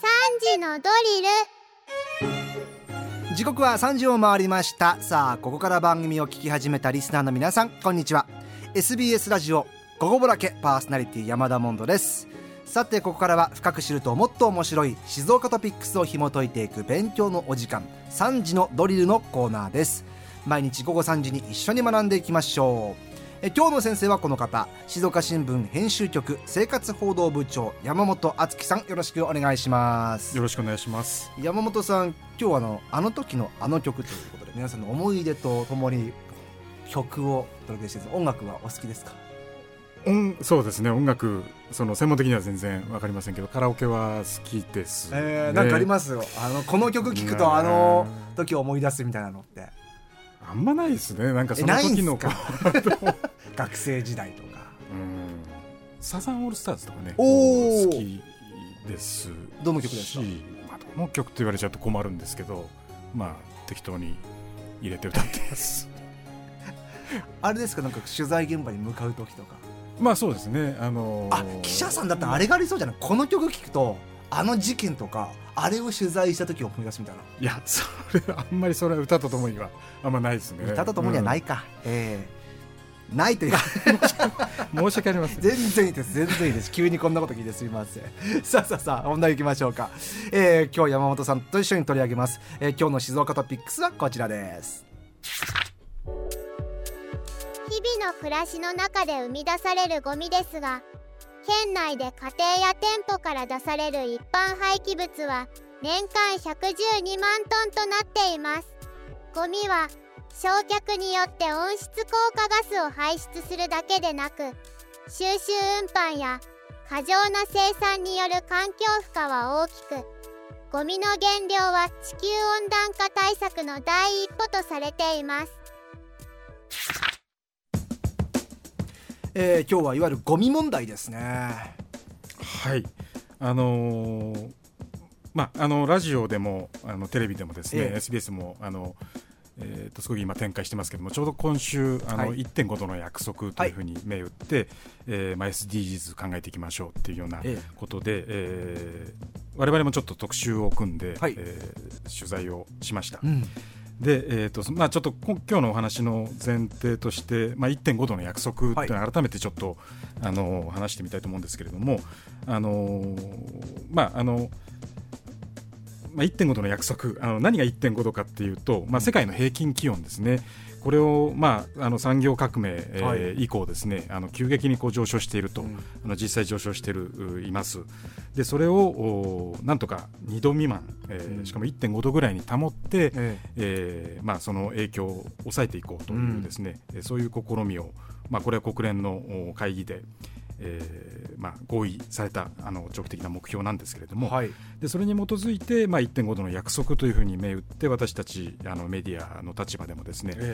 3時のドリル。 時刻は3時を回りました。さあ、ここから番組を聞き始めたリスナーの皆さん、こんにちは。 SBS ラジオ午後ぼらけパーソナリティ山田モンドです。さて、ここからは深く知るともっと面白い静岡トピックスを紐解いていく勉強のお時間、3時のドリルのコーナーです。毎日午後3時に一緒に学んでいきましょう。今日の先生はこの方、静岡新聞編集局生活報道部長山本敦樹さん、よろしくお願いします。 よろしくお願いします。 山本さん、今日はあの時のあの曲ということで、皆さんの思い出とともに曲をお届けして、音楽はお好きですか？ そうですね、音楽専門的には全然わかりませんけど、カラオケは好きです、ね。 なんかありますよ、この曲聴くとあの時を思い出すみたいなのって。 あんまないですね。なんかその時の学生時代とか、 サザンオールスターズとかね、 好きです。 どの曲ですか？ どの曲と言われちゃうと困るんですけど、適当に入れて歌ってますあれですか、なんか取材現場に向かう時とか。 そうですね、 記者さんだったらあれがありそうじゃない？この曲聴くとあの事件とかあれを取材した時を思い出すみたいな。 いや、あんまりそれは歌とともにはあんまないですね。 歌とともにはないか、ないというか申し訳ありません。 全然いいです、全然いいです。急にこんなこと聞いてすみません。さあ本題いきましょうか。今日山本さんと一緒に取り上げます。今日の静岡トピックスはこちらです。 日々の暮らしの中で生み出されるゴミですが、県内で家庭や店舗から出される一般廃棄物は年間112万トンとなっています。ゴミは焼却によって温室効果ガスを排出するだけでなく、収集運搬や過剰な生産による環境負荷は大きく、ゴミの減量は地球温暖化対策の第一歩とされています。 今日はいわゆるゴミ問題ですね。 はい、ラジオでもテレビでもですね、SBS もすごく今展開してますけども、ちょうど今週1.5 度の約束というふうに銘打って、SDGs 考えていきましょうっていうようなことで、我々もちょっと特集を組んで、取材をしました。でちょっと今日のお話の前提として、1.5 度の約束というのを改めてちょっと話してみたいと思うんですけれども、1.5 度の約束、何が 1.5 度かっていうと、世界の平均気温ですね。これを、産業革命、以降ですね、急激に上昇していると、実際上昇しています。でそれをなんとか2度未満、しかも 1.5 度ぐらいに保って、その影響を抑えていこうというですね、そういう試みを、これは国連の会議で合意された長期的な目標なんですけれども、でそれに基づいて、1.5 度の約束というふうに銘打って、私たちメディアの立場でもですね、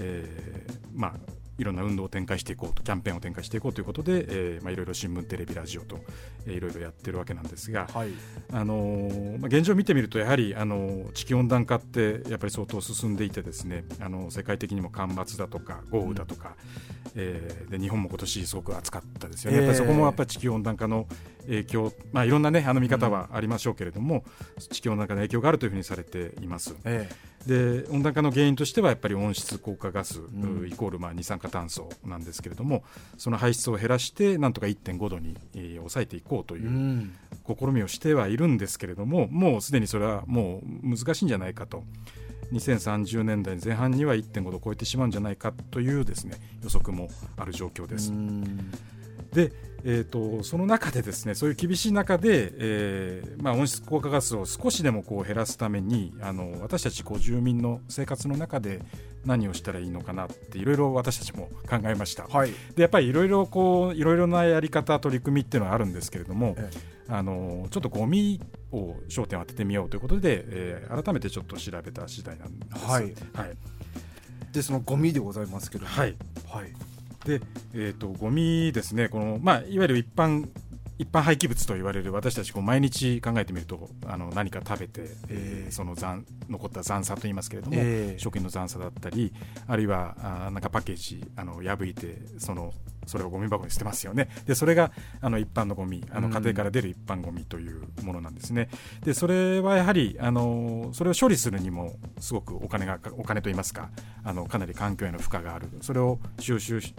いろんな運動を展開していこうと、キャンペーンを展開していこうということで、いろいろ新聞テレビラジオと、いろいろやってるわけなんですが、現状を見てみると、やはり地球温暖化ってやっぱり相当進んでいてですね、世界的にも干ばつだとか豪雨だとか、で日本も今年すごく暑かったですよね。やっぱりそこもやっぱり地球温暖化の影響、いろんなね見方はありましょうけれども、地球温暖化の影響があるというふうにされています。で温暖化の原因としてはやっぱり温室効果ガス、イコール二酸化炭素なんですけれども、その排出を減らしてなんとか 1.5 度に、抑えていこうという試みをしてはいるんですけれども、もうすでにそれはもう難しいんじゃないかと、2030年代前半には 1.5 度を超えてしまうんじゃないかというですね、予測もある状況です。でその中でですね、そういう厳しい中で、温室効果ガスを少しでも減らすために、私たち住民の生活の中で何をしたらいいのかなっていろいろ私たちも考えました。でやっぱりいろいろなやり方、取り組みっていうのはあるんですけれども、ちょっとゴミを焦点を当ててみようということで、改めてちょっと調べた次第なんです。 でそのゴミでございますけど、 でゴミですね、いわゆる一般廃棄物と言われる、私たち毎日考えてみると何か食べて、その残った残渣と言いますけれども、食品の残渣だったり、あるいはなんかパッケージ破いてそのそれをゴミ箱に捨てますよね。でそれが一般のゴミ、家庭から出る一般ゴミというものなんですね。でそれはやはりそれを処理するにもすごくお金といいますかかなり環境への負荷がある。それを収集して、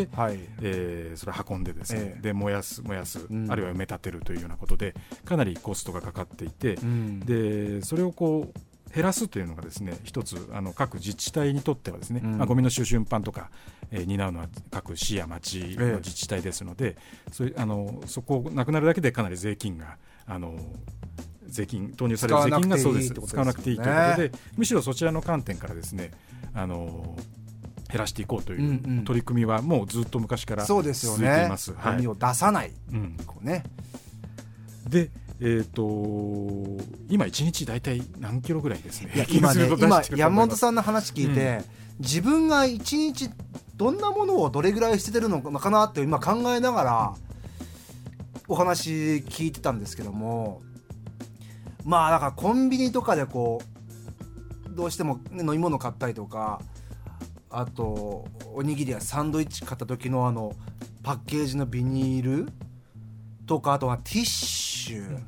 それを運んでですね、で燃やす、あるいは埋め立てるというようなことでかなりコストがかかっていて、でそれをこう減らすというのがですね、一つ各自治体にとってはですね、ゴミの収集運搬とか、担うのは各市や町の自治体ですので、そこをなくなるだけでかなり税金が投入される税金が使わなくていいということで、むしろそちらの観点からですね減らしていこうという取り組みはもうずっと昔から続いています。 ゴミを出さない、こうね。 で今1日大体何キロぐらいですね。 今山本さんの話聞いて、自分が1日どんなものをどれぐらい捨ててるのかなって今考えながらお話聞いてたんですけども、まあだからコンビニとかでこうどうしても、飲み物買ったりとか、あとおにぎりやサンドイッチ買った時のパッケージのビニールとか、あとはティッシュ、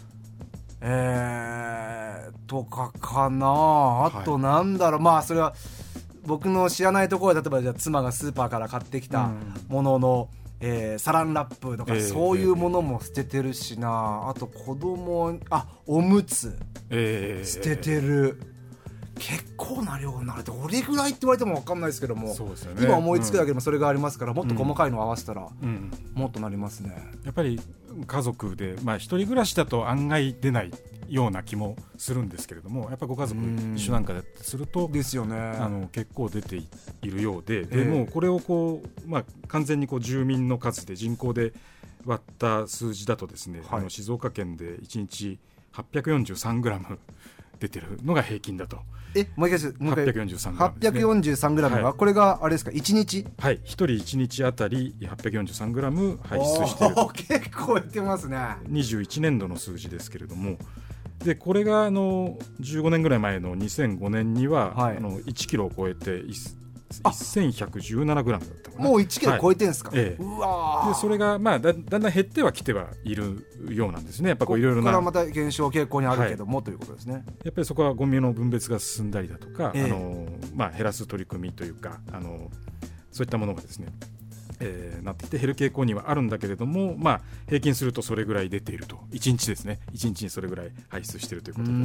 とかかな。あとなんだろう、まあそれは僕の知らないところで、例えばじゃあ妻がスーパーから買ってきたものの、サランラップとか、そういうものも捨ててるしな。あと子供おむつ、捨ててる。結構な量になる。どれぐらいって言われても分かんないですけども、 そうですよね、 今思いつくだけでもそれがありますから、もっと細かいのを合わせたら、もっとなりますね。 やっぱり家族で、一人暮らしだと案外出ないような気もするんですけれども、やっぱりご家族一緒なんかでするとですよね、 結構出ているようで、でもうこれをこう、完全にこう住民の数で人口で割った数字だとですね、静岡県で1日843グラム出てるのが平均だと。 もう一回843グラムが、これがあれですか、1日、 はい、1人1日あたり843グラム排出していると。 結構いってますね。 21年度の数字ですけれども、でこれが15年ぐらい前の2005年には、1キロを超えて1117グラムだったかな。 もう1キロ超えてるんですか。うわでそれが、だんだん減ってはきてはいるようなんですね。やっぱいろいろな、 ここからまた減少傾向にあるけども、ということですね。 やっぱりそこはゴミの分別が進んだりだとか、減らす取り組みというか、そういったものがですね、なってきて減る傾向にはあるんだけれども、平均するとそれぐらい出ていると。1日ですね、1日にそれぐらい排出しているということです。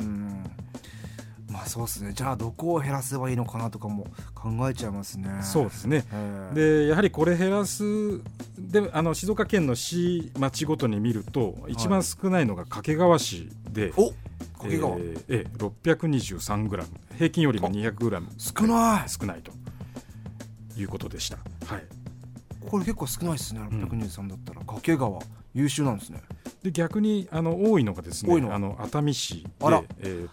そうですね。じゃあどこを減らせばいいのかなとかも考えちゃいますね。 そうですね。でやはりこれ減らすで、静岡県の市町ごとに見ると一番少ないのが掛川市で、 掛川、 623グラム、平均よりも200グラム少ないということでした。 これ結構少ないですね。623だったら、掛川優秀なんですね。 で逆に多いのがですね、熱海市で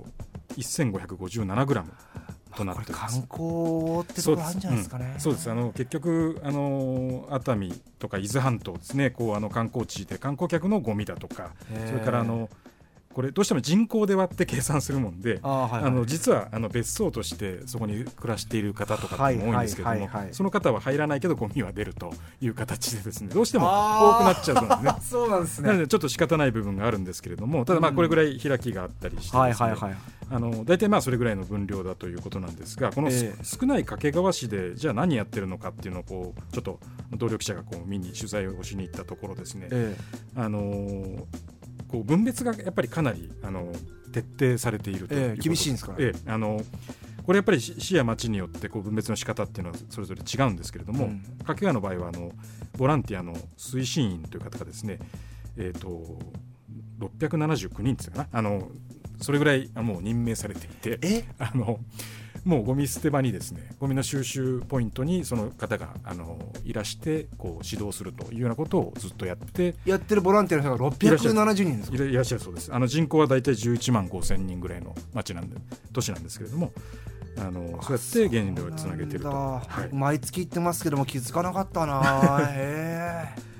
1557グラムとなっています。 これ観光ってところあるんじゃないですかね。 そうです。結局熱海とか伊豆半島ですね、観光地で観光客のゴミだとか、それからこれどうしても人口で割って計算するもんで、実は別荘としてそこに暮らしている方とかっても多いんですけども、その方は入らないけどゴミは出るという形でですね、どうしても多くなっちゃうのでねそうなんですね。 なのでちょっと仕方ない部分があるんですけれども、ただこれぐらい開きがあったりしてですね、大体それぐらいの分量だということなんですが、この少ない掛川市でじゃあ何やってるのかっていうのをちょっと同僚記者が見に取材をしに行ったところですね、分別がやっぱりかなり徹底されているということ。 厳しいんですかね。 これやっぱり市や町によって分別の仕方っていうのはそれぞれ違うんですけれども、掛川の場合はボランティアの推進員という方がですね、679人ですかな、それぐらいもう任命されていて、もうゴミ捨て場にですね、ゴミの収集ポイントにその方がいらして指導するというようなことをずっとやってるボランティアの人が670人ですか。 いらっしゃるそうです。人口はだいたい11万5千人ぐらいの都市なんですけれども、そうやって原料をつなげていると。 毎月行ってますけども気づかなかったな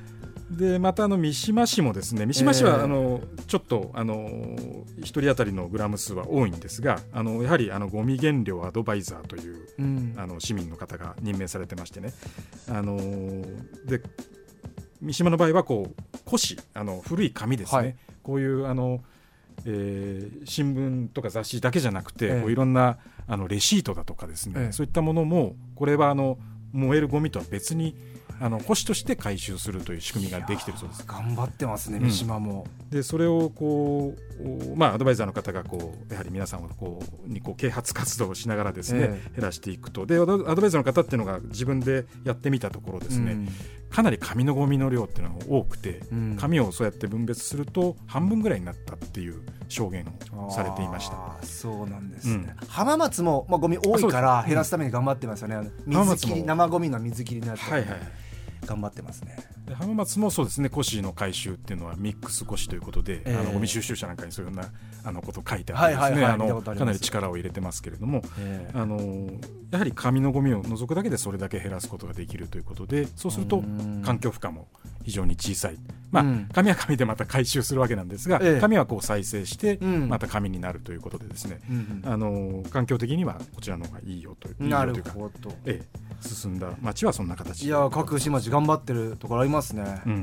でまた三島市もですね、三島市はちょっと1人当たりのグラム数は多いんですが、やはりゴミ減量アドバイザーという、市民の方が任命されてましてね、で三島の場合は古紙、古い紙ですね、はい、こういう新聞とか雑誌だけじゃなくて、いろんなレシートだとかですね、そういったものもこれは燃えるゴミとは別に古紙として回収するという仕組みができているそうです。 頑張ってますね、三島も。 でそれをアドバイザーの方がやはり皆さんに啓発活動をしながらですね、減らしていくと。でアドバイザーの方っていうのが自分でやってみたところですね、かなり紙のゴミの量っていうのが多くて、紙をそうやって分別すると半分ぐらいになったっていう証言をされていました。 そうなんですね、浜松も、ゴミ多いから減らすために頑張ってますよね。生ゴミの水切りのやつ、頑張ってますね。 で浜松もそうですね、古紙の回収っていうのはミックス古紙ということで、ゴミ収集車なんかにそういうようなことを書いてあってですね、かなり力を入れてますけれども、やはり紙のゴミを除くだけでそれだけ減らすことができるということで、そうすると環境負荷も非常に小さい、紙は紙でまた回収するわけなんですが、紙は再生してまた紙になるということでですね、環境的にはこちらの方がいいよというか、進んだ町はそんな形で。 いや、各市町頑張ってるところありますね。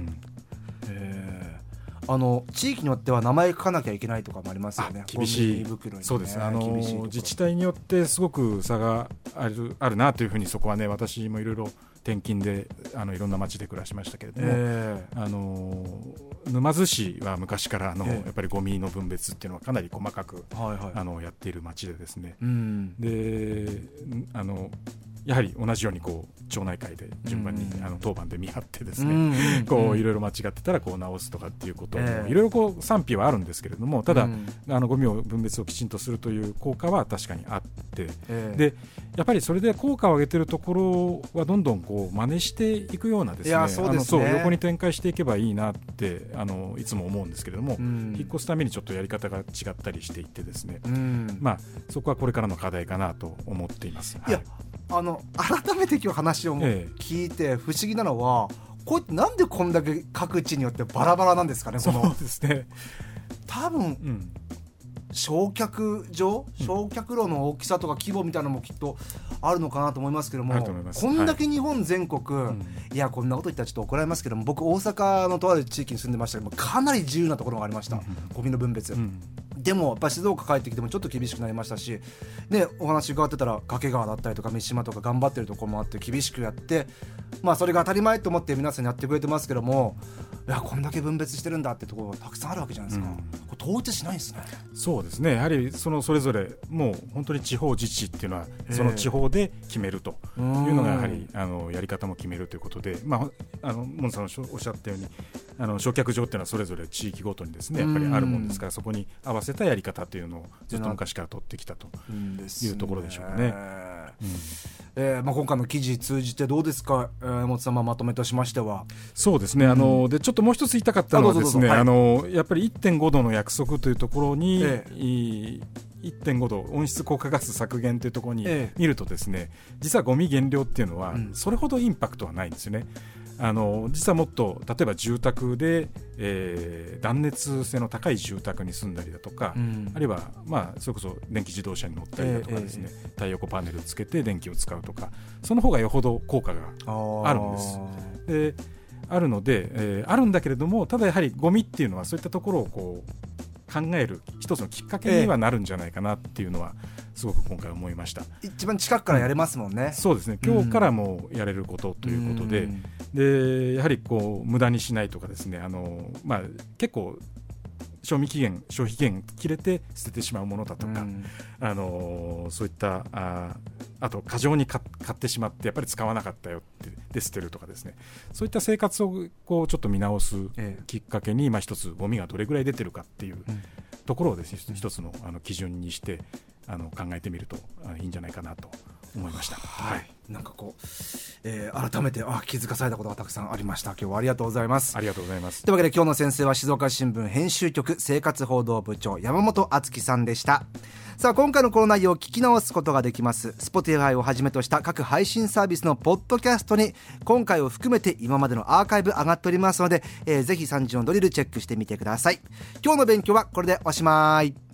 地域によっては名前書かなきゃいけないとかもありますよね。 厳しい、そうです。自治体によってすごく差があるなというふうに、そこはね、私もいろいろ転勤でいろんな町で暮らしましたけれども、沼津市は昔からやっぱりゴミの分別っていうのはかなり細かく、やっている町でですね、でやはり同じように町内会で順番に当番で見張ってですね、いろいろ間違ってたら直すとかっていうこともいろいろ賛否はあるんですけれども、ただゴミを分別をきちんとするという効果は確かにあって、でやっぱりそれで効果を上げているところはどんどん真似していくようなですね、そう横に展開していけばいいなっていつも思うんですけれども、引っ越すためにちょっとやり方が違ったりしていってですね、そこはこれからの課題かなと思っています。 改めて今日話を聞いて不思議なのは、これなんでこんだけ各地によってバラバラなんですかね。 そうですね、 多分、焼却炉の大きさとか規模みたいなのもきっとあるのかなと思いますけども、こんだけ日本全国、いやこんなこと言ったらちょっと怒られますけども、僕大阪のとある地域に住んでましたけども、かなり自由なところがありました、ゴミの分別。でもやっぱ静岡帰ってきてもちょっと厳しくなりましたし、お話伺ってたら掛川だったりとか三島とか頑張ってるところもあって厳しくやって、それが当たり前と思って皆さんやってくれてますけども、いやこんだけ分別してるんだってところがたくさんあるわけじゃないですか。これ統一しないんですね。 そうですね、やはりそれぞれもう本当に地方自治っていうのはその地方で決めるというのがやはりやり方も決めるということで、門さんおっしゃったように焼却場っていうのはそれぞれ地域ごとにですねやっぱりあるもんですから、そこに合わせたやり方というのをずっと昔から取ってきたというところでしょうね。 今回の記事通じてどうですか、山本様、まとめとしましては。 そうですね、でちょっともう一つ言いたかったのはですね、やっぱり 1.5 度の約束というところに、1.5 度温室効果ガス削減というところに見るとですね、実はゴミ減量っていうのはそれほどインパクトはないんですよね。実はもっと例えば住宅で、断熱性の高い住宅に住んだりだとか、あるいは、それこそ電気自動車に乗ったりだとかですね、太陽光パネルつけて電気を使うとか、その方がよほど効果があるんです。であるので、あるんだけれども、ただやはりゴミっていうのはそういったところを考える一つのきっかけにはなるんじゃないかなっていうのはすごく今回思いました。 一番近くからやれますもんね。 そうですね、今日からもやれることということで、やはり無駄にしないとかですね、結構消費期限切れて捨ててしまうものだとか、そういったあと過剰に買ってしまってやっぱり使わなかったよで捨てるとかですね、そういった生活をちょっと見直すきっかけに、一つゴミがどれぐらい出てるかっていうところをですね、一つの基準にして考えてみるといいんじゃないかなと思いました。 なんか改めて気づかされたことがたくさんありました。今日はありがとうございます。 ありがとうございます。 というわけで今日の先生は静岡新聞編集局生活報道部長山本敦樹さんでした。さあ今回のこの内容を聞き直すことができます Spotify をはじめとした各配信サービスのポッドキャストに今回を含めて今までのアーカイブ上がっておりますので、ぜひ3時のドリルチェックしてみてください。今日の勉強はこれでおしまい。